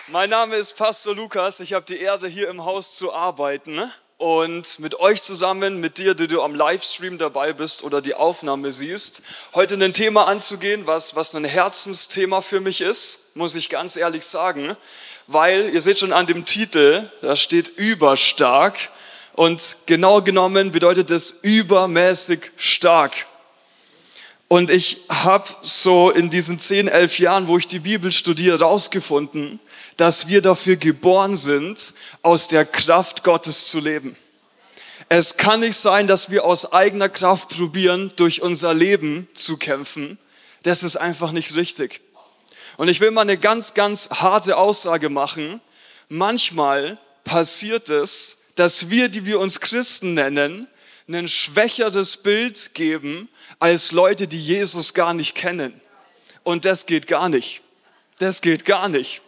Mein Name ist Pastor Lukas. Ich habe die Ehre, hier im Haus zu arbeiten und mit euch zusammen, mit dir, die du am Livestream dabei bist oder die Aufnahme siehst, heute ein Thema anzugehen, was ein Herzensthema für mich ist, muss ich ganz ehrlich sagen, weil ihr seht schon an dem Titel, da steht überstark und genau genommen bedeutet es übermäßig stark. Und ich habe so in diesen 10, 11 Jahren, wo ich die Bibel studiere, rausgefunden, dass wir dafür geboren sind, aus der Kraft Gottes zu leben. Es kann nicht sein, dass wir aus eigener Kraft probieren, durch unser Leben zu kämpfen. Das ist einfach nicht richtig. Und ich will mal eine ganz, ganz harte Aussage machen. Manchmal passiert es, dass wir, die wir uns Christen nennen, ein schwächeres Bild geben als Leute, die Jesus gar nicht kennen. Und das geht gar nicht. Das geht gar nicht.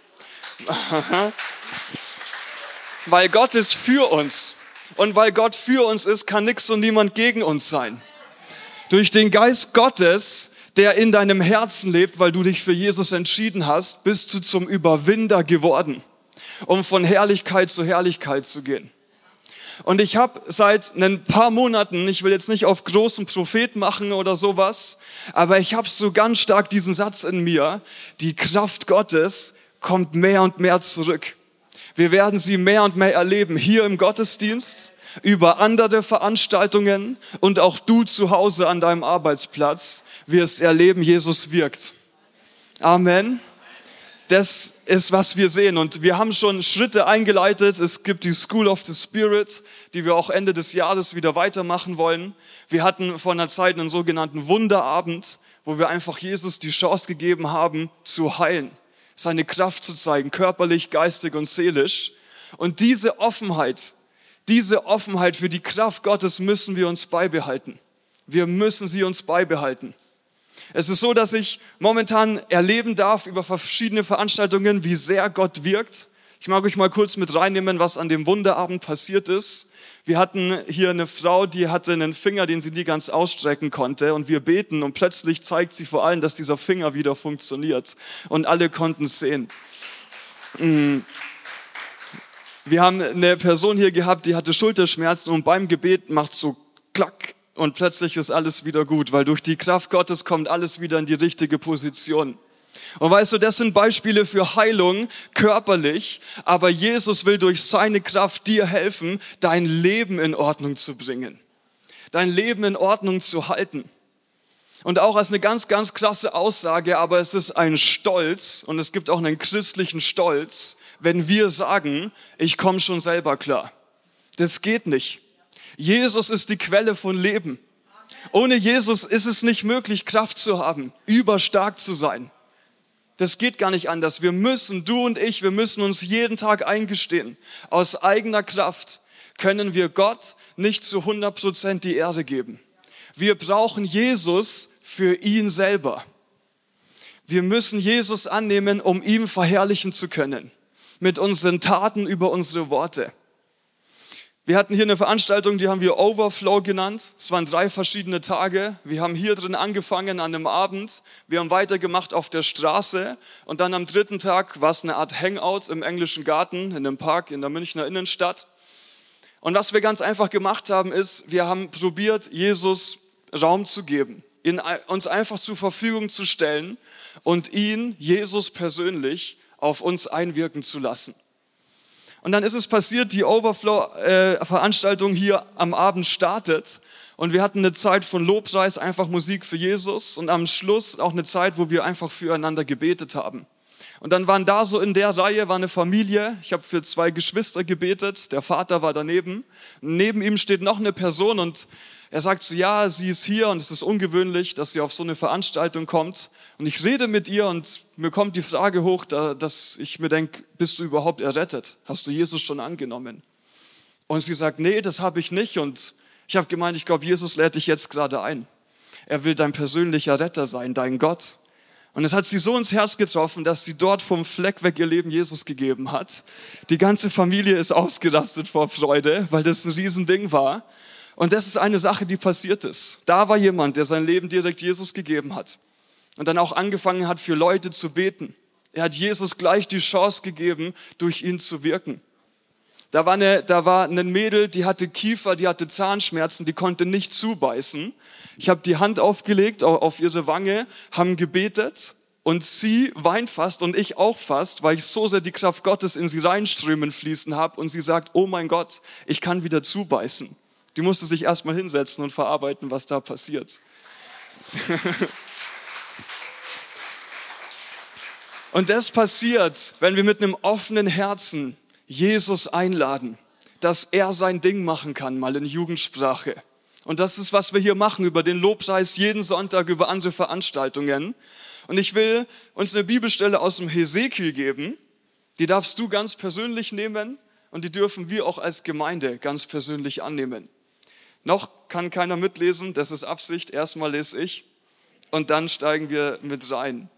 Weil Gott ist für uns. Und weil Gott für uns ist, kann nichts und niemand gegen uns sein. Durch den Geist Gottes, der in deinem Herzen lebt, weil du dich für Jesus entschieden hast, bist du zum Überwinder geworden, um von Herrlichkeit zu Herrlichkeit zu gehen. Und ich habe seit ein paar Monaten, ich will jetzt nicht auf großen Prophet machen oder sowas, aber ich habe so ganz stark diesen Satz in mir, die Kraft Gottes kommt mehr und mehr zurück. Wir werden sie mehr und mehr erleben, hier im Gottesdienst, über andere Veranstaltungen und auch du zu Hause an deinem Arbeitsplatz wirst erleben, Jesus wirkt. Amen. Das ist, was wir sehen. Und wir haben schon Schritte eingeleitet. Es gibt die School of the Spirit, die wir auch Ende des Jahres wieder weitermachen wollen. Wir hatten vor einer Zeit einen sogenannten Wunderabend, wo wir einfach Jesus die Chance gegeben haben, zu heilen, seine Kraft zu zeigen, körperlich, geistig und seelisch. Und diese Offenheit für die Kraft Gottes müssen wir uns beibehalten. Wir müssen sie uns beibehalten. Es ist so, dass ich momentan erleben darf über verschiedene Veranstaltungen, wie sehr Gott wirkt. Ich mag euch mal kurz mit reinnehmen, was an dem Wunderabend passiert ist. Wir hatten hier eine Frau, die hatte einen Finger, den sie nie ganz ausstrecken konnte. Und wir beten und plötzlich zeigt sie vor allem, dass dieser Finger wieder funktioniert. Und alle konnten es sehen. Wir haben eine Person hier gehabt, die hatte Schulterschmerzen und beim Gebet macht so klack. Und plötzlich ist alles wieder gut, weil durch die Kraft Gottes kommt alles wieder in die richtige Position. Und weißt du, das sind Beispiele für Heilung körperlich, aber Jesus will durch seine Kraft dir helfen, dein Leben in Ordnung zu bringen, dein Leben in Ordnung zu halten. Und auch als eine ganz, ganz krasse Aussage, aber es ist ein Stolz und es gibt auch einen christlichen Stolz, wenn wir sagen, ich komme schon selber klar. Das geht nicht. Jesus ist die Quelle von Leben. Ohne Jesus ist es nicht möglich, Kraft zu haben, überstark zu sein. Das geht gar nicht anders. Wir müssen, du und ich, wir müssen uns jeden Tag eingestehen. Aus eigener Kraft können wir Gott nicht zu 100% die Ehre geben. Wir brauchen Jesus für ihn selber. Wir müssen Jesus annehmen, um ihn verherrlichen zu können. Mit unseren Taten über unsere Worte. Wir hatten hier eine Veranstaltung, die haben wir Overflow genannt. Es waren 3 verschiedene Tage. Wir haben hier drin angefangen an einem Abend. Wir haben weitergemacht auf der Straße. Und dann am 3. Tag war es eine Art Hangout im Englischen Garten, in einem Park in der Münchner Innenstadt. Und was wir ganz einfach gemacht haben, ist, wir haben probiert, Jesus Raum zu geben, ihn uns einfach zur Verfügung zu stellen und ihn, Jesus persönlich, auf uns einwirken zu lassen. Und dann ist es passiert, die Overflow-Veranstaltung hier am Abend startet und wir hatten eine Zeit von Lobpreis, einfach Musik für Jesus und am Schluss auch eine Zeit, wo wir einfach füreinander gebetet haben. Und dann waren da so in der Reihe, war eine Familie, ich habe für 2 Geschwister gebetet, der Vater war daneben, neben ihm steht noch eine Person und er sagt so, ja, sie ist hier und es ist ungewöhnlich, dass sie auf so eine Veranstaltung kommt. Und ich rede mit ihr und mir kommt die Frage hoch, dass ich mir denke, bist du überhaupt errettet? Hast du Jesus schon angenommen? Und sie sagt, nee, das habe ich nicht. Und ich habe gemeint, ich glaube, Jesus lädt dich jetzt gerade ein. Er will dein persönlicher Retter sein, dein Gott. Und es hat sie so ins Herz getroffen, dass sie dort vom Fleck weg ihr Leben Jesus gegeben hat. Die ganze Familie ist ausgerastet vor Freude, weil das ein Riesending war. Und das ist eine Sache, die passiert ist. Da war jemand, der sein Leben direkt Jesus gegeben hat und dann auch angefangen hat, für Leute zu beten. Er hat Jesus gleich die Chance gegeben, durch ihn zu wirken. Da war ein Mädel, die hatte Kiefer, die hatte Zahnschmerzen, die konnte nicht zubeißen. Ich habe die Hand aufgelegt auf ihre Wange, haben gebetet und sie weint fast und ich auch fast, weil ich so sehr die Kraft Gottes in sie reinströmen fließen habe und sie sagt, oh mein Gott, ich kann wieder zubeißen. Die musste sich erstmal hinsetzen und verarbeiten, was da passiert. Und das passiert, wenn wir mit einem offenen Herzen Jesus einladen, dass er sein Ding machen kann, mal in Jugendsprache. Und das ist, was wir hier machen, über den Lobpreis jeden Sonntag, über andere Veranstaltungen. Und ich will uns eine Bibelstelle aus dem Hesekiel geben, die darfst du ganz persönlich nehmen und die dürfen wir auch als Gemeinde ganz persönlich annehmen. Noch kann keiner mitlesen, das ist Absicht, erstmal lese ich und dann steigen wir mit rein.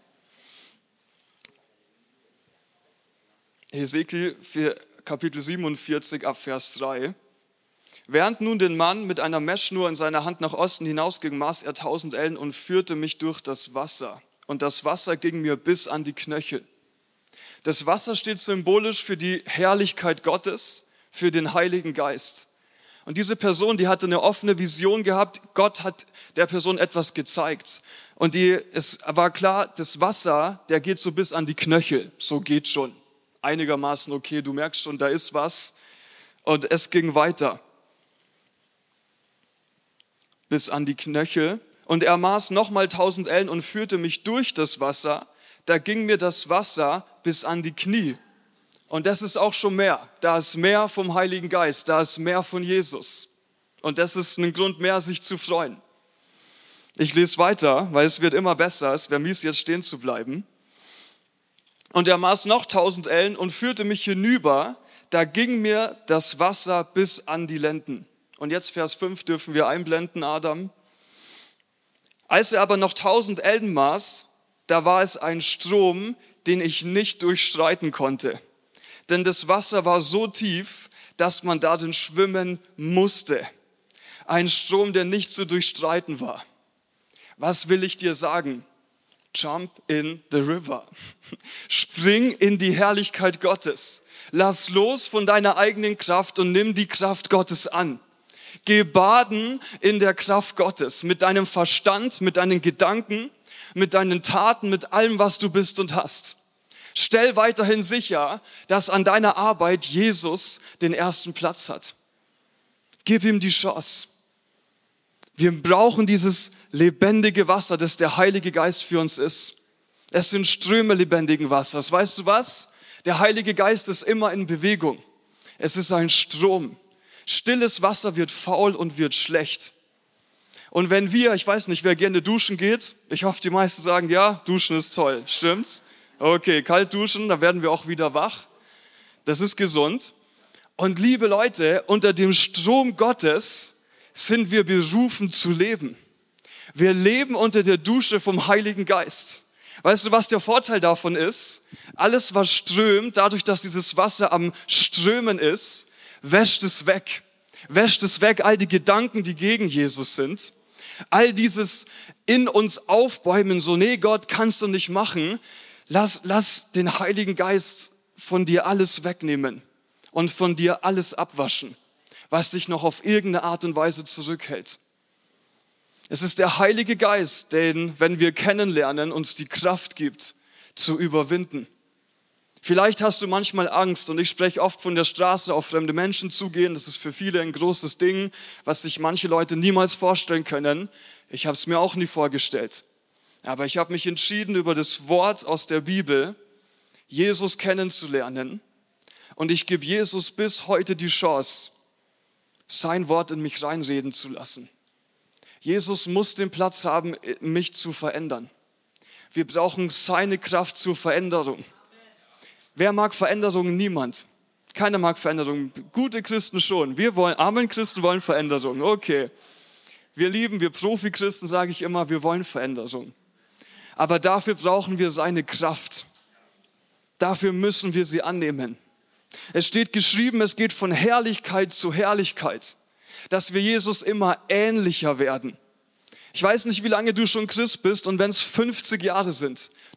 Hesekiel Kapitel 47 ab Vers 3. Während nun den Mann mit einer Messschnur in seiner Hand nach Osten hinausging, maß er 1000 Ellen und führte mich durch das Wasser. Und das Wasser ging mir bis an die Knöchel. Das Wasser steht symbolisch für die Herrlichkeit Gottes, für den Heiligen Geist. Und diese Person, die hatte eine offene Vision gehabt. Gott hat der Person etwas gezeigt. Und es war klar, das Wasser, der geht so bis an die Knöchel. So geht schon. Einigermaßen okay, du merkst schon, da ist was. Und es ging weiter. Bis an die Knöchel. Und er maß nochmal 1000 Ellen und führte mich durch das Wasser. Da ging mir das Wasser bis an die Knie. Und das ist auch schon mehr. Da ist mehr vom Heiligen Geist, da ist mehr von Jesus. Und das ist ein Grund mehr, sich zu freuen. Ich lese weiter, weil es wird immer besser. Es wäre mies, jetzt stehen zu bleiben. Und er maß noch 1000 Ellen und führte mich hinüber. Da ging mir das Wasser bis an die Lenden. Und jetzt Vers 5 dürfen wir einblenden, Adam. Als er aber noch 1000 Ellen maß, da war es ein Strom, den ich nicht durchstreiten konnte. Denn das Wasser war so tief, dass man darin schwimmen musste. Ein Strom, der nicht zu durchstreiten war. Was will ich dir sagen? Jump in the river. Spring in die Herrlichkeit Gottes. Lass los von deiner eigenen Kraft und nimm die Kraft Gottes an. Geh baden in der Kraft Gottes, mit deinem Verstand, mit deinen Gedanken, mit deinen Taten, mit allem, was du bist und hast. Stell weiterhin sicher, dass an deiner Arbeit Jesus den ersten Platz hat. Gib ihm die Chance. Wir brauchen dieses lebendige Wasser, das der Heilige Geist für uns ist. Es sind Ströme lebendigen Wassers. Weißt du was? Der Heilige Geist ist immer in Bewegung. Es ist ein Strom. Stilles Wasser wird faul und wird schlecht. Und wenn ich weiß nicht, wer gerne duschen geht, ich hoffe, die meisten sagen, ja, duschen ist toll. Stimmt's? Okay, kalt duschen, da werden wir auch wieder wach. Das ist gesund. Und liebe Leute, unter dem Strom Gottes sind wir berufen zu leben. Wir leben unter der Dusche vom Heiligen Geist. Weißt du, was der Vorteil davon ist? Alles, was strömt, dadurch, dass dieses Wasser am Strömen ist, wäscht es weg. Wäscht es weg, all die Gedanken, die gegen Jesus sind. All dieses in uns aufbäumen, so, nee, Gott, kannst du nicht machen. Lass den Heiligen Geist von dir alles wegnehmen und von dir alles abwaschen, was dich noch auf irgendeine Art und Weise zurückhält. Es ist der Heilige Geist, den, wenn wir kennenlernen, uns die Kraft gibt, zu überwinden. Vielleicht hast du manchmal Angst und ich spreche oft von der Straße auf fremde Menschen zugehen. Das ist für viele ein großes Ding, was sich manche Leute niemals vorstellen können. Ich habe es mir auch nie vorgestellt. Aber ich habe mich entschieden, über das Wort aus der Bibel Jesus kennenzulernen. Und ich gebe Jesus bis heute die Chance, sein Wort in mich reinreden zu lassen. Jesus muss den Platz haben, mich zu verändern. Wir brauchen seine Kraft zur Veränderung. Wer mag Veränderungen? Niemand. Keiner mag Veränderungen. Gute Christen schon. Armen Christen wollen Veränderung. Okay. Wir Profi-Christen, sage ich immer, wir wollen Veränderung. Aber dafür brauchen wir seine Kraft. Dafür müssen wir sie annehmen. Es steht geschrieben, es geht von Herrlichkeit zu Herrlichkeit, dass wir Jesus immer ähnlicher werden. Ich weiß nicht, wie lange du schon Christ bist und wenn es 50 Jahre sind,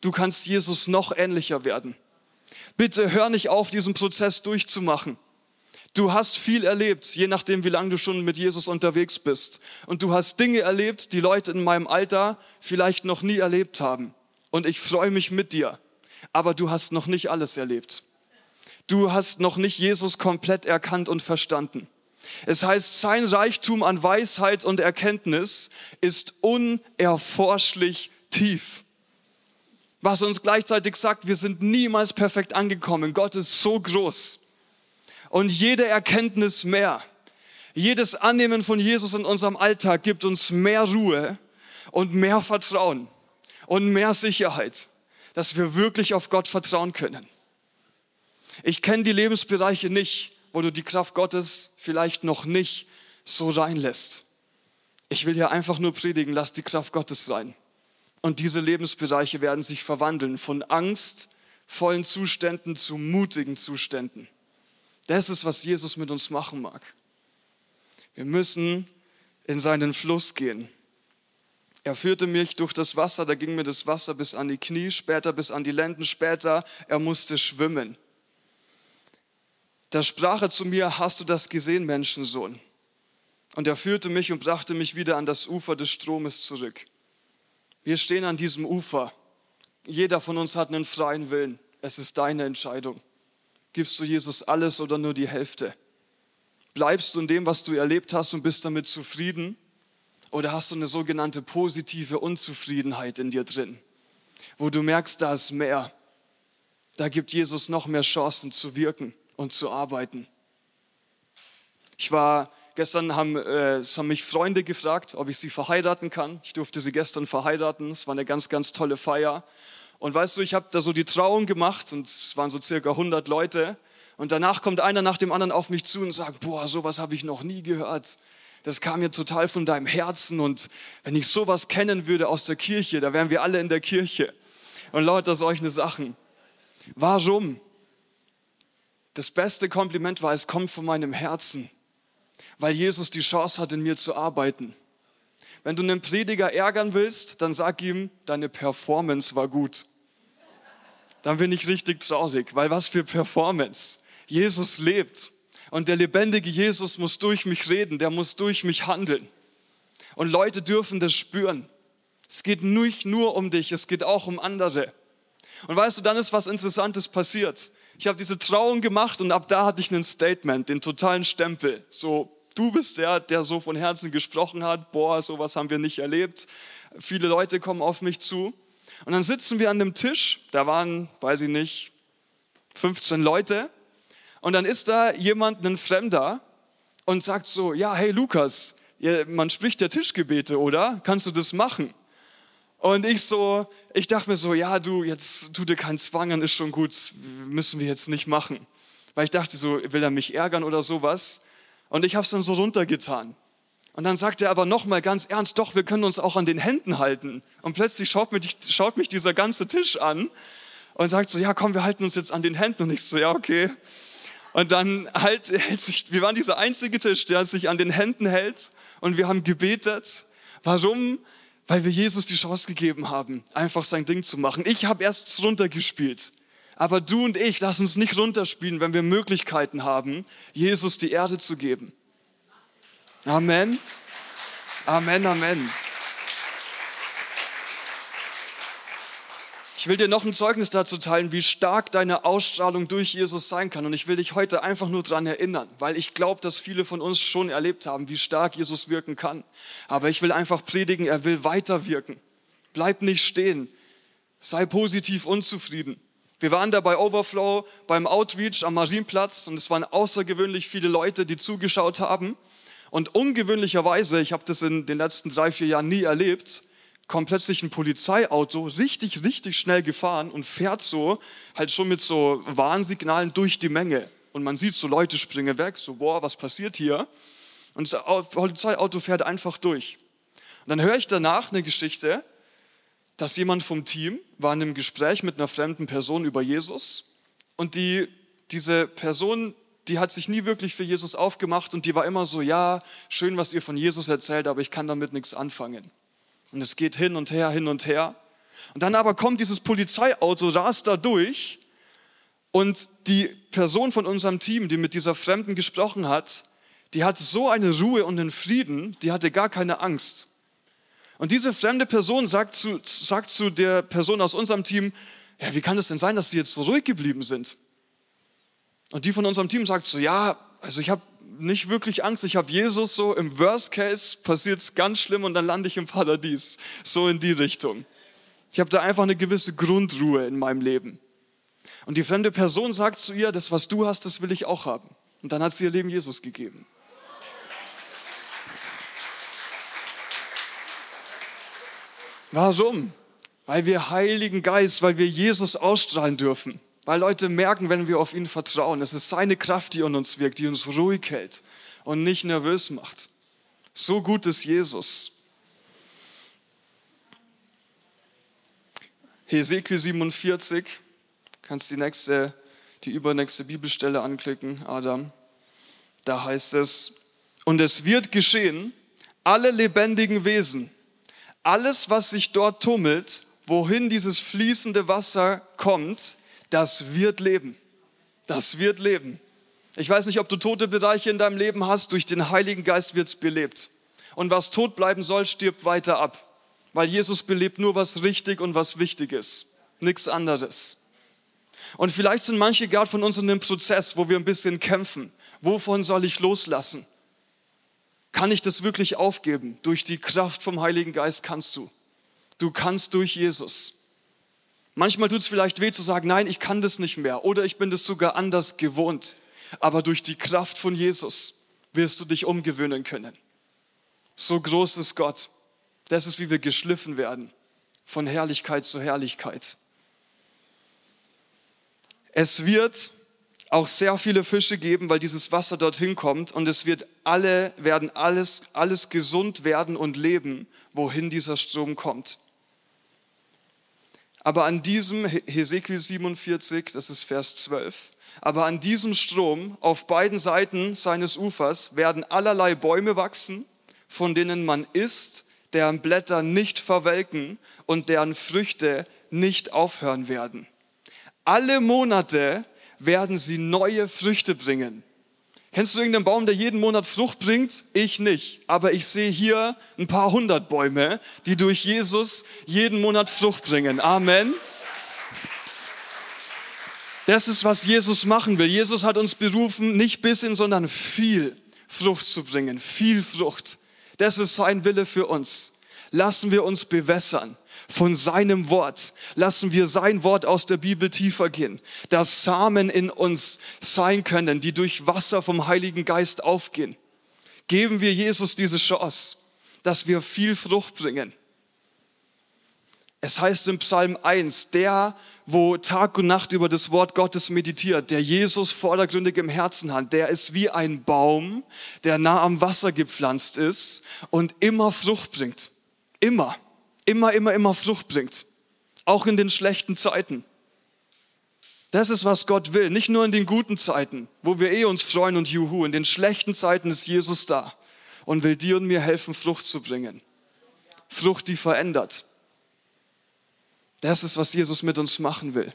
du kannst Jesus noch ähnlicher werden. Bitte hör nicht auf, diesen Prozess durchzumachen. Du hast viel erlebt, je nachdem, wie lange du schon mit Jesus unterwegs bist. Und du hast Dinge erlebt, die Leute in meinem Alter vielleicht noch nie erlebt haben. Und ich freue mich mit dir. Aber du hast noch nicht alles erlebt. Du hast noch nicht Jesus komplett erkannt und verstanden. Es heißt, sein Reichtum an Weisheit und Erkenntnis ist unerforschlich tief. Was uns gleichzeitig sagt, wir sind niemals perfekt angekommen. Gott ist so groß. Und jede Erkenntnis mehr, jedes Annehmen von Jesus in unserem Alltag gibt uns mehr Ruhe und mehr Vertrauen und mehr Sicherheit, dass wir wirklich auf Gott vertrauen können. Ich kenne die Lebensbereiche nicht, wo du die Kraft Gottes vielleicht noch nicht so reinlässt. Ich will hier einfach nur predigen, lass die Kraft Gottes rein. Und diese Lebensbereiche werden sich verwandeln von angstvollen Zuständen zu mutigen Zuständen. Das ist, was Jesus mit uns machen mag. Wir müssen in seinen Fluss gehen. Er führte mich durch das Wasser, da ging mir das Wasser bis an die Knie, später bis an die Lenden, später, er musste schwimmen. Da sprach er zu mir, hast du das gesehen, Menschensohn? Und er führte mich und brachte mich wieder an das Ufer des Stromes zurück. Wir stehen an diesem Ufer. Jeder von uns hat einen freien Willen. Es ist deine Entscheidung. Gibst du Jesus alles oder nur die Hälfte? Bleibst du in dem, was du erlebt hast und bist damit zufrieden? Oder hast du eine sogenannte positive Unzufriedenheit in dir drin, wo du merkst, da ist mehr. Da gibt Jesus noch mehr Chancen zu wirken und zu arbeiten. Gestern haben mich Freunde gefragt, ob ich sie verheiraten kann. Ich durfte sie gestern verheiraten. Es war eine ganz, ganz tolle Feier. Und weißt du, ich habe da so die Trauung gemacht und es waren so circa 100 Leute. Und danach kommt einer nach dem anderen auf mich zu und sagt, boah, sowas habe ich noch nie gehört. Das kam mir total von deinem Herzen. Und wenn ich sowas kennen würde aus der Kirche, da wären wir alle in der Kirche. Und lauter solche Sachen. Warum? Das beste Kompliment war, es kommt von meinem Herzen. Weil Jesus die Chance hat, in mir zu arbeiten. Wenn du einen Prediger ärgern willst, dann sag ihm, deine Performance war gut. Dann bin ich richtig traurig, weil was für Performance. Jesus lebt und der lebendige Jesus muss durch mich reden, der muss durch mich handeln. Und Leute dürfen das spüren. Es geht nicht nur um dich, es geht auch um andere. Und weißt du, dann ist was Interessantes passiert. Ich habe diese Trauung gemacht und ab da hatte ich ein Statement, den totalen Stempel. So, du bist der so von Herzen gesprochen hat. Boah, sowas haben wir nicht erlebt. Viele Leute kommen auf mich zu. Und dann sitzen wir an einem Tisch. Da waren, weiß ich nicht, 15 Leute. Und dann ist da jemand, ein Fremder, und sagt so, ja, hey Lukas, man spricht ja Tischgebete, oder? Kannst du das machen? Und ich dachte mir so, ja du, jetzt tu dir keinen Zwang an, ist schon gut, müssen wir jetzt nicht machen. Weil ich dachte so, will er mich ärgern oder sowas? Und ich habe es dann so runtergetan. Und dann sagt er aber nochmal ganz ernst, doch, wir können uns auch an den Händen halten. Und plötzlich schaut mich dieser ganze Tisch an und sagt so, ja komm, wir halten uns jetzt an den Händen. Und ich so, ja okay. Und dann wir waren dieser einzige Tisch, der sich an den Händen hält. Und wir haben gebetet. Warum? Weil wir Jesus die Chance gegeben haben, einfach sein Ding zu machen. Ich habe erst runtergespielt. Aber du und ich, lass uns nicht runterspielen, wenn wir Möglichkeiten haben, Jesus die Erde zu geben. Amen. Amen, Amen. Ich will dir noch ein Zeugnis dazu teilen, wie stark deine Ausstrahlung durch Jesus sein kann. Und ich will dich heute einfach nur daran erinnern, weil ich glaube, dass viele von uns schon erlebt haben, wie stark Jesus wirken kann. Aber ich will einfach predigen, er will weiter wirken. Bleib nicht stehen. Sei positiv unzufrieden. Wir waren da bei Overflow beim Outreach am Marienplatz und es waren außergewöhnlich viele Leute, die zugeschaut haben. Und ungewöhnlicherweise, ich habe das in den letzten 3-4 Jahren nie erlebt, kommt plötzlich ein Polizeiauto richtig, richtig schnell gefahren und fährt so, halt schon mit so Warnsignalen durch die Menge. Und man sieht so, Leute springen weg, so, boah, was passiert hier? Und das Polizeiauto fährt einfach durch. Und dann höre ich danach eine Geschichte, dass jemand vom Team war in einem Gespräch mit einer fremden Person über Jesus und diese Person, die hat sich nie wirklich für Jesus aufgemacht und die war immer so, ja, schön, was ihr von Jesus erzählt, aber ich kann damit nichts anfangen. Und es geht hin und her, hin und her. Und dann aber kommt dieses Polizeiauto, rast da durch und die Person von unserem Team, die mit dieser Fremden gesprochen hat, die hatte so eine Ruhe und einen Frieden, die hatte gar keine Angst. Und diese fremde Person sagt zu der Person aus unserem Team, ja, wie kann es denn sein, dass die jetzt so ruhig geblieben sind? Und die von unserem Team sagt so, ja, also ich habe nicht wirklich Angst, ich habe Jesus, so im Worst Case passiert es ganz schlimm und dann lande ich im Paradies. So in die Richtung. Ich habe da einfach eine gewisse Grundruhe in meinem Leben. Und die fremde Person sagt zu ihr, das, was du hast, das will ich auch haben. Und dann hat sie ihr Leben Jesus gegeben. Warum? Weil wir Heiligen Geist, weil wir Jesus ausstrahlen dürfen. Weil Leute merken, wenn wir auf ihn vertrauen, es ist seine Kraft, die in uns wirkt, die uns ruhig hält und nicht nervös macht. So gut ist Jesus. Hesekiel 47, kannst die übernächste Bibelstelle anklicken, Adam. Da heißt es, und es wird geschehen, alle lebendigen Wesen, alles, was sich dort tummelt, wohin dieses fließende Wasser kommt, das wird leben. Das wird leben. Ich weiß nicht, ob du tote Bereiche in deinem Leben hast, durch den Heiligen Geist wird es belebt. Und was tot bleiben soll, stirbt weiter ab. Weil Jesus belebt nur, was richtig und was wichtig ist. Nichts anderes. Und vielleicht sind manche gerade von uns in einem Prozess, wo wir ein bisschen kämpfen. Wovon soll ich loslassen? Kann ich das wirklich aufgeben? Durch die Kraft vom Heiligen Geist kannst du. Du kannst durch Jesus. Manchmal tut es vielleicht weh zu sagen, nein, ich kann das nicht mehr oder ich bin das sogar anders gewohnt. Aber durch die Kraft von Jesus wirst du dich umgewöhnen können. So groß ist Gott. Das ist, wie wir geschliffen werden, von Herrlichkeit zu Herrlichkeit. Es wird auch sehr viele Fische geben, weil dieses Wasser dorthin kommt und es werden alles gesund werden und leben, wohin dieser Strom kommt. Aber an diesem, Hesekiel 47, das ist Vers 12, aber an diesem Strom auf beiden Seiten seines Ufers werden allerlei Bäume wachsen, von denen man isst, deren Blätter nicht verwelken und deren Früchte nicht aufhören werden. Alle Monate werden sie neue Früchte bringen. Kennst du irgendeinen Baum, der jeden Monat Frucht bringt? Ich nicht. Aber ich sehe hier ein paar hundert Bäume, die durch Jesus jeden Monat Frucht bringen. Amen. Das ist, was Jesus machen will. Jesus hat uns berufen, nicht bisschen, sondern viel Frucht zu bringen. Viel Frucht. Das ist sein Wille für uns. Lassen wir uns bewässern von seinem Wort. Lassen wir sein Wort aus der Bibel tiefer gehen, dass Samen in uns sein können, die durch Wasser vom Heiligen Geist aufgehen. Geben wir Jesus diese Chance, dass wir viel Frucht bringen. Es heißt im Psalm 1, der, wo Tag und Nacht über das Wort Gottes meditiert, der Jesus vordergründig im Herzen hat, der ist wie ein Baum, der nah am Wasser gepflanzt ist und immer Frucht bringt. Immer Frucht bringt. Auch in den schlechten Zeiten. Das ist, was Gott will. Nicht nur in den guten Zeiten, wo wir uns freuen und juhu. In den schlechten Zeiten ist Jesus da und will dir und mir helfen, Frucht zu bringen. Frucht, die verändert. Das ist, was Jesus mit uns machen will.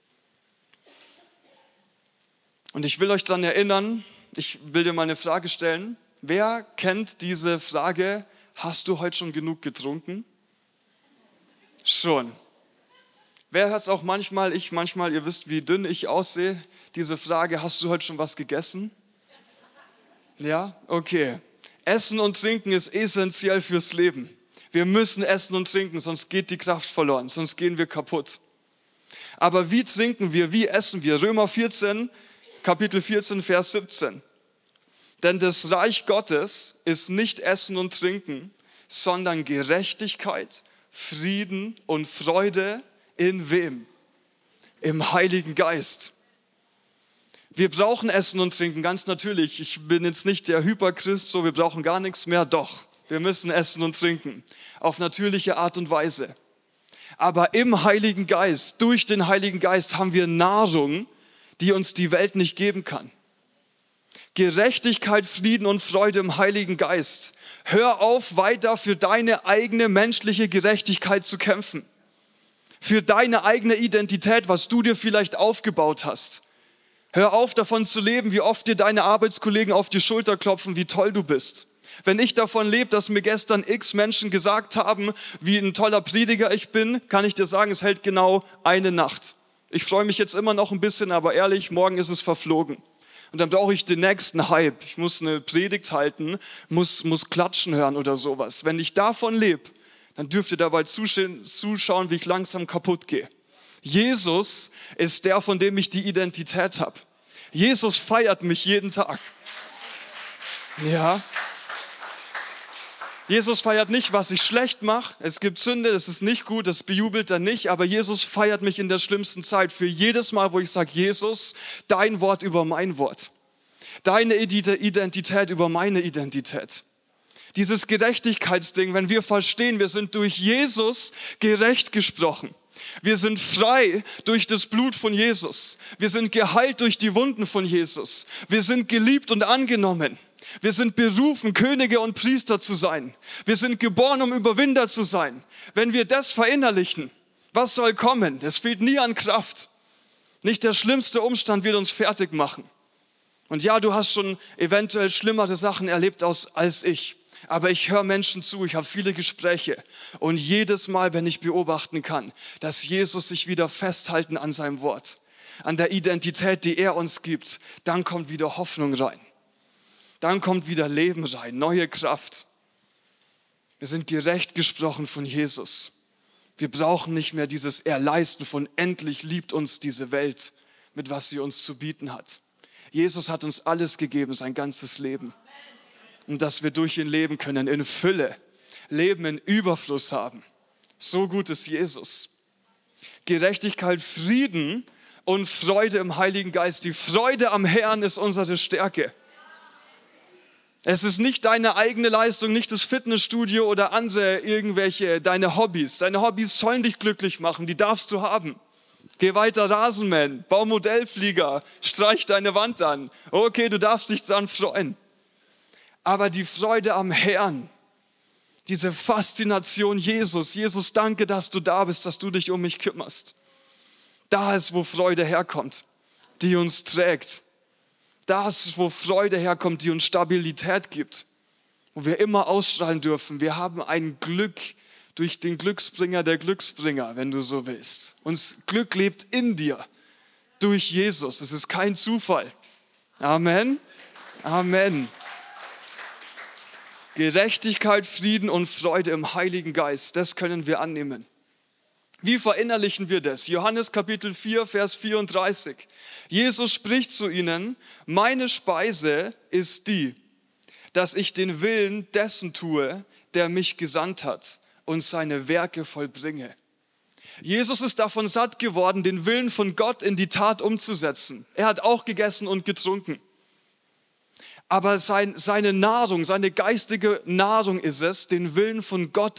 Und ich will euch daran erinnern, ich will dir mal eine Frage stellen. Wer kennt diese Frage, hast du heute schon genug getrunken? Schon. Wer hört es auch manchmal, ihr wisst, wie dünn ich aussehe, diese Frage, hast du heute schon was gegessen? Ja, okay. Essen und Trinken ist essentiell fürs Leben. Wir müssen essen und trinken, sonst geht die Kraft verloren, sonst gehen wir kaputt. Aber wie trinken wir, wie essen wir? Römer 14, Kapitel 14, Vers 17. Denn das Reich Gottes ist nicht Essen und Trinken, sondern Gerechtigkeit, Frieden und Freude in wem? Im Heiligen Geist. Wir brauchen Essen und Trinken, ganz natürlich. Ich bin jetzt nicht der Hyperchrist, so wir brauchen gar nichts mehr. Doch, wir müssen essen und trinken. Auf natürliche Art und Weise. Aber im Heiligen Geist, durch den Heiligen Geist haben wir Nahrung, die uns die Welt nicht geben kann. Gerechtigkeit, Frieden und Freude im Heiligen Geist. Hör auf, weiter für deine eigene menschliche Gerechtigkeit zu kämpfen. für deine eigene Identität, was du dir vielleicht aufgebaut hast. Hör auf, davon zu leben, wie oft dir deine Arbeitskollegen auf die Schulter klopfen, wie toll du bist. Wenn ich davon lebe, dass mir gestern x Menschen gesagt haben, wie ein toller Prediger ich bin, kann ich dir sagen, es hält genau eine Nacht. Ich freue mich jetzt immer noch ein bisschen, aber ehrlich, morgen ist es verflogen. Und dann brauche ich den nächsten Hype. Ich muss eine Predigt halten, muss klatschen hören oder sowas. Wenn ich davon lebe, dann dürft ihr dabei zuschauen, wie ich langsam kaputt gehe. Jesus ist der, von dem ich die Identität habe. Jesus feiert mich jeden Tag. Ja. Jesus feiert nicht, was ich schlecht mache. Es gibt Sünde, das ist nicht gut, das bejubelt er nicht. Aber Jesus feiert mich in der schlimmsten Zeit. Für jedes Mal, wo ich sage, Jesus, dein Wort über mein Wort. Deine Identität über meine Identität. Dieses Gerechtigkeitsding, wenn wir verstehen, wir sind durch Jesus gerecht gesprochen. Wir sind frei durch das Blut von Jesus. Wir sind geheilt durch die Wunden von Jesus. Wir sind geliebt und angenommen. Wir sind berufen, Könige und Priester zu sein. Wir sind geboren, um Überwinder zu sein. Wenn wir das verinnerlichen, was soll kommen? Es fehlt nie an Kraft. Nicht der schlimmste Umstand wird uns fertig machen. Und ja, du hast schon eventuell schlimmere Sachen erlebt als ich. Aber ich höre Menschen zu, ich habe viele Gespräche. Und jedes Mal, wenn ich beobachten kann, dass Jesus sich wieder festhalten an seinem Wort, an der Identität, die er uns gibt, dann kommt wieder Hoffnung rein. Dann kommt wieder Leben rein, neue Kraft. Wir sind gerecht gesprochen von Jesus. Wir brauchen nicht mehr dieses Erleisten von endlich liebt uns diese Welt, mit was sie uns zu bieten hat. Jesus hat uns alles gegeben, sein ganzes Leben. Und dass wir durch ihn leben können, in Fülle, Leben in Überfluss haben. So gut ist Jesus. Gerechtigkeit, Frieden und Freude im Heiligen Geist. Die Freude am Herrn ist unsere Stärke. Es ist nicht deine eigene Leistung, nicht das Fitnessstudio oder andere deine Hobbys. Deine Hobbys sollen dich glücklich machen, die darfst du haben. Geh weiter Rasenmähen, bau Modellflieger, streich deine Wand an. Okay, du darfst dich daran freuen. Aber die Freude am Herrn, diese Faszination Jesus, Jesus, danke, dass du da bist, dass du dich um mich kümmerst. Da ist, wo Freude herkommt, die uns trägt. Da ist, wo Freude herkommt, die uns Stabilität gibt, wo wir immer ausstrahlen dürfen. Wir haben ein Glück durch den Glücksbringer der Glücksbringer, wenn du so willst. Uns Glück lebt in dir, durch Jesus. Es ist kein Zufall. Amen. Amen. Gerechtigkeit, Frieden und Freude im Heiligen Geist, das können wir annehmen. Wie verinnerlichen wir das? Johannes Kapitel 4, Vers 34. Jesus spricht zu ihnen, meine Speise ist die, dass ich den Willen dessen tue, der mich gesandt hat und seine Werke vollbringe. Jesus ist davon satt geworden, den Willen von Gott in die Tat umzusetzen. Er hat auch gegessen und getrunken. Aber seine Nahrung, seine geistige Nahrung ist es, den Willen von Gott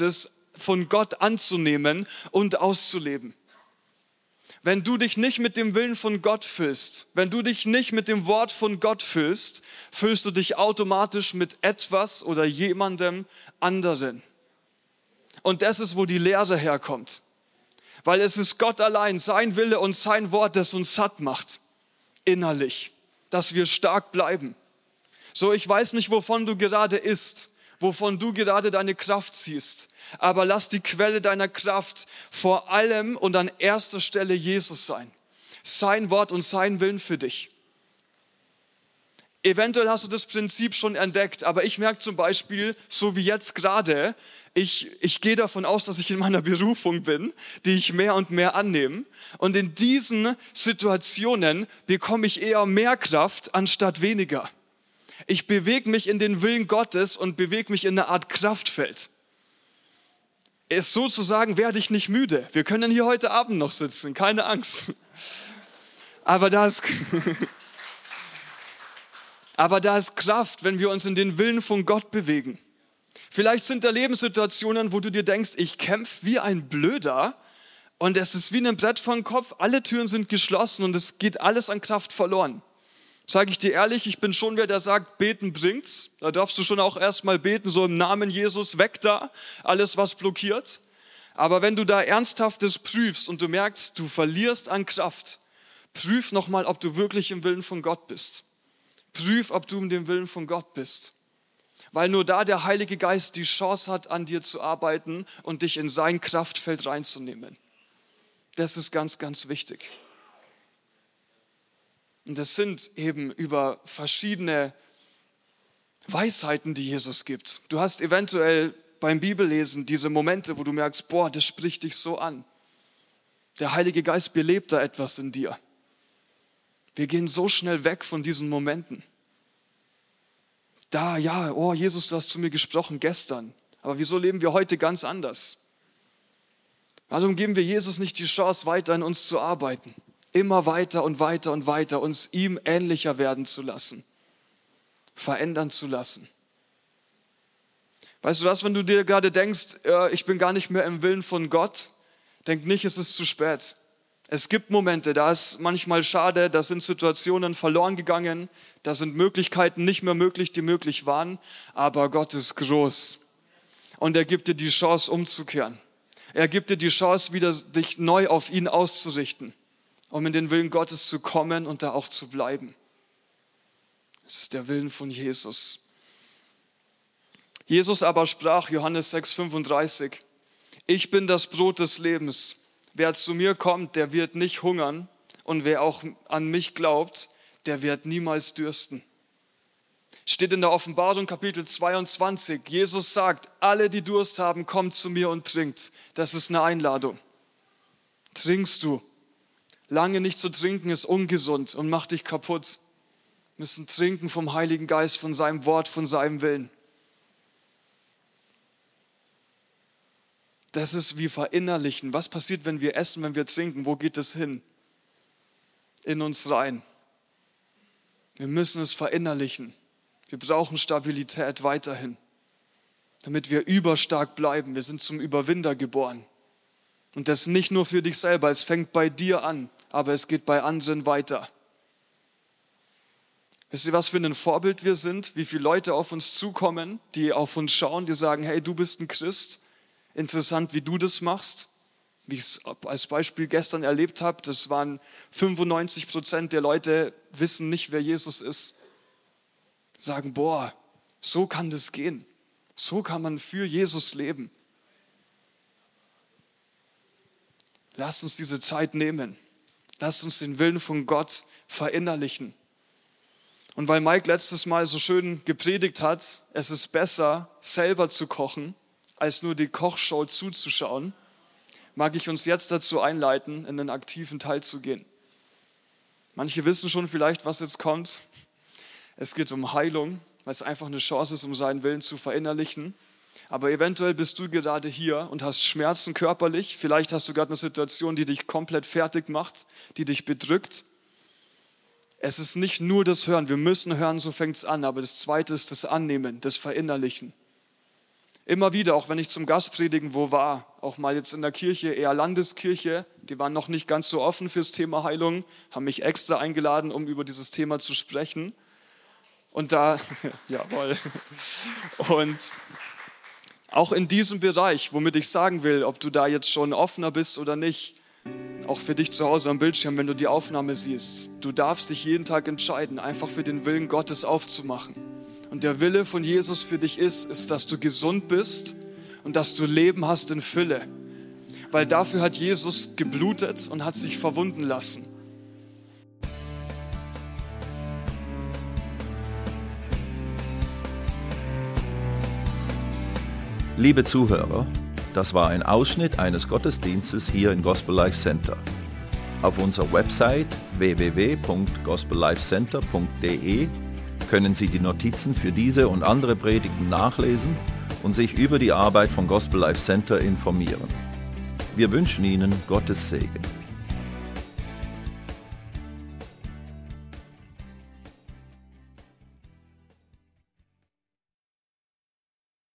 anzunehmen und auszuleben. Wenn du dich nicht mit dem Willen von Gott füllst, wenn du dich nicht mit dem Wort von Gott füllst, füllst du dich automatisch mit etwas oder jemandem anderen. Und das ist, wo die Lehre herkommt. Weil es ist Gott allein, sein Wille und sein Wort, das uns satt macht, innerlich, dass wir stark bleiben. So, ich weiß nicht, wovon du gerade isst, wovon du gerade deine Kraft ziehst, aber lass die Quelle deiner Kraft vor allem und an erster Stelle Jesus sein. Sein Wort und sein Willen für dich. Eventuell hast du das Prinzip schon entdeckt, aber ich merke zum Beispiel, so wie jetzt gerade, ich gehe davon aus, dass ich in meiner Berufung bin, die ich mehr und mehr annehme. Und in diesen Situationen bekomme ich eher mehr Kraft anstatt weniger. Ich bewege mich in den Willen Gottes und bewege mich in eine Art Kraftfeld. Es sozusagen werde ich nicht müde. Wir können hier heute Abend noch sitzen, keine Angst. Aber da ist Kraft, wenn wir uns in den Willen von Gott bewegen. Vielleicht sind da Lebenssituationen, wo du dir denkst, ich kämpfe wie ein Blöder und es ist wie ein Brett vor den Kopf, alle Türen sind geschlossen und es geht alles an Kraft verloren. Sage ich dir ehrlich, ich bin schon wer, der sagt, beten bringt's. Da darfst du schon auch erstmal beten, so im Namen Jesus, weg da, alles was blockiert. Aber wenn du da Ernsthaftes prüfst und du merkst, du verlierst an Kraft, prüf nochmal, ob du wirklich im Willen von Gott bist. Prüf, ob du in dem Willen von Gott bist. Weil nur da der Heilige Geist die Chance hat, an dir zu arbeiten und dich in sein Kraftfeld reinzunehmen. Das ist ganz, ganz wichtig. Und das sind eben über verschiedene Weisheiten, die Jesus gibt. Du hast eventuell beim Bibellesen diese Momente, wo du merkst, boah, das spricht dich so an. Der Heilige Geist belebt da etwas in dir. Wir gehen so schnell weg von diesen Momenten. Da, ja, oh Jesus, du hast zu mir gesprochen gestern. Aber wieso leben wir heute ganz anders? Warum geben wir Jesus nicht die Chance, weiter in uns zu arbeiten? Immer weiter und weiter und weiter, uns ihm ähnlicher werden zu lassen. Verändern zu lassen. Weißt du was, wenn du dir gerade denkst, ich bin gar nicht mehr im Willen von Gott, denk nicht, es ist zu spät. Es gibt Momente, da ist manchmal schade, da sind Situationen verloren gegangen, da sind Möglichkeiten nicht mehr möglich, die möglich waren, aber Gott ist groß und er gibt dir die Chance umzukehren. Er gibt dir die Chance, wieder dich neu auf ihn auszurichten, um in den Willen Gottes zu kommen und da auch zu bleiben. Das ist der Willen von Jesus. Jesus aber sprach, Johannes 6,35, ich bin das Brot des Lebens. Wer zu mir kommt, der wird nicht hungern und wer auch an mich glaubt, der wird niemals dürsten. Steht in der Offenbarung Kapitel 22. Jesus sagt, alle, die Durst haben, kommt zu mir und trinkt. Das ist eine Einladung. Trinkst du? Lange nicht zu trinken ist ungesund und macht dich kaputt. Wir müssen trinken vom Heiligen Geist, von seinem Wort, von seinem Willen. Das ist wie verinnerlichen. Was passiert, wenn wir essen, wenn wir trinken? Wo geht es hin? In uns rein. Wir müssen es verinnerlichen. Wir brauchen Stabilität weiterhin, damit wir überstark bleiben. Wir sind zum Überwinder geboren. Und das nicht nur für dich selber. Es fängt bei dir an, aber es geht bei anderen weiter. Wisst ihr, was für ein Vorbild wir sind? Wie viele Leute auf uns zukommen, die auf uns schauen, die sagen, hey, du bist ein Christ. Interessant, wie du das machst. Wie ich es als Beispiel gestern erlebt habe, das waren 95% der Leute wissen nicht, wer Jesus ist. Sagen, boah, so kann das gehen. So kann man für Jesus leben. Lasst uns diese Zeit nehmen. Lasst uns den Willen von Gott verinnerlichen. Und weil Mike letztes Mal so schön gepredigt hat, es ist besser, selber zu kochen, als nur die Kochshow zuzuschauen, mag ich uns jetzt dazu einleiten, in den aktiven Teil zu gehen. Manche wissen schon vielleicht, was jetzt kommt. Es geht um Heilung, weil es einfach eine Chance ist, um seinen Willen zu verinnerlichen. Aber eventuell bist du gerade hier und hast Schmerzen körperlich. Vielleicht hast du gerade eine Situation, die dich komplett fertig macht, die dich bedrückt. Es ist nicht nur das Hören. Wir müssen hören, so fängt es an. Aber das Zweite ist das Annehmen, das Verinnerlichen. Immer wieder, auch wenn ich zum Gastpredigen wo war, auch mal jetzt in der Kirche, eher Landeskirche, die waren noch nicht ganz so offen fürs Thema Heilung, haben mich extra eingeladen, um über dieses Thema zu sprechen. Und da, jawohl, und auch in diesem Bereich, womit ich sagen will, ob du da jetzt schon offener bist oder nicht, auch für dich zu Hause am Bildschirm, wenn du die Aufnahme siehst, du darfst dich jeden Tag entscheiden, einfach für den Willen Gottes aufzumachen. Und der Wille von Jesus für dich ist, dass du gesund bist und dass du Leben hast in Fülle. Weil dafür hat Jesus geblutet und hat sich verwunden lassen. Liebe Zuhörer, das war ein Ausschnitt eines Gottesdienstes hier im Gospel Life Center. Auf unserer Website www.gospellifecenter.de können Sie die Notizen für diese und andere Predigten nachlesen und sich über die Arbeit von Gospel Life Center informieren. Wir wünschen Ihnen Gottes Segen.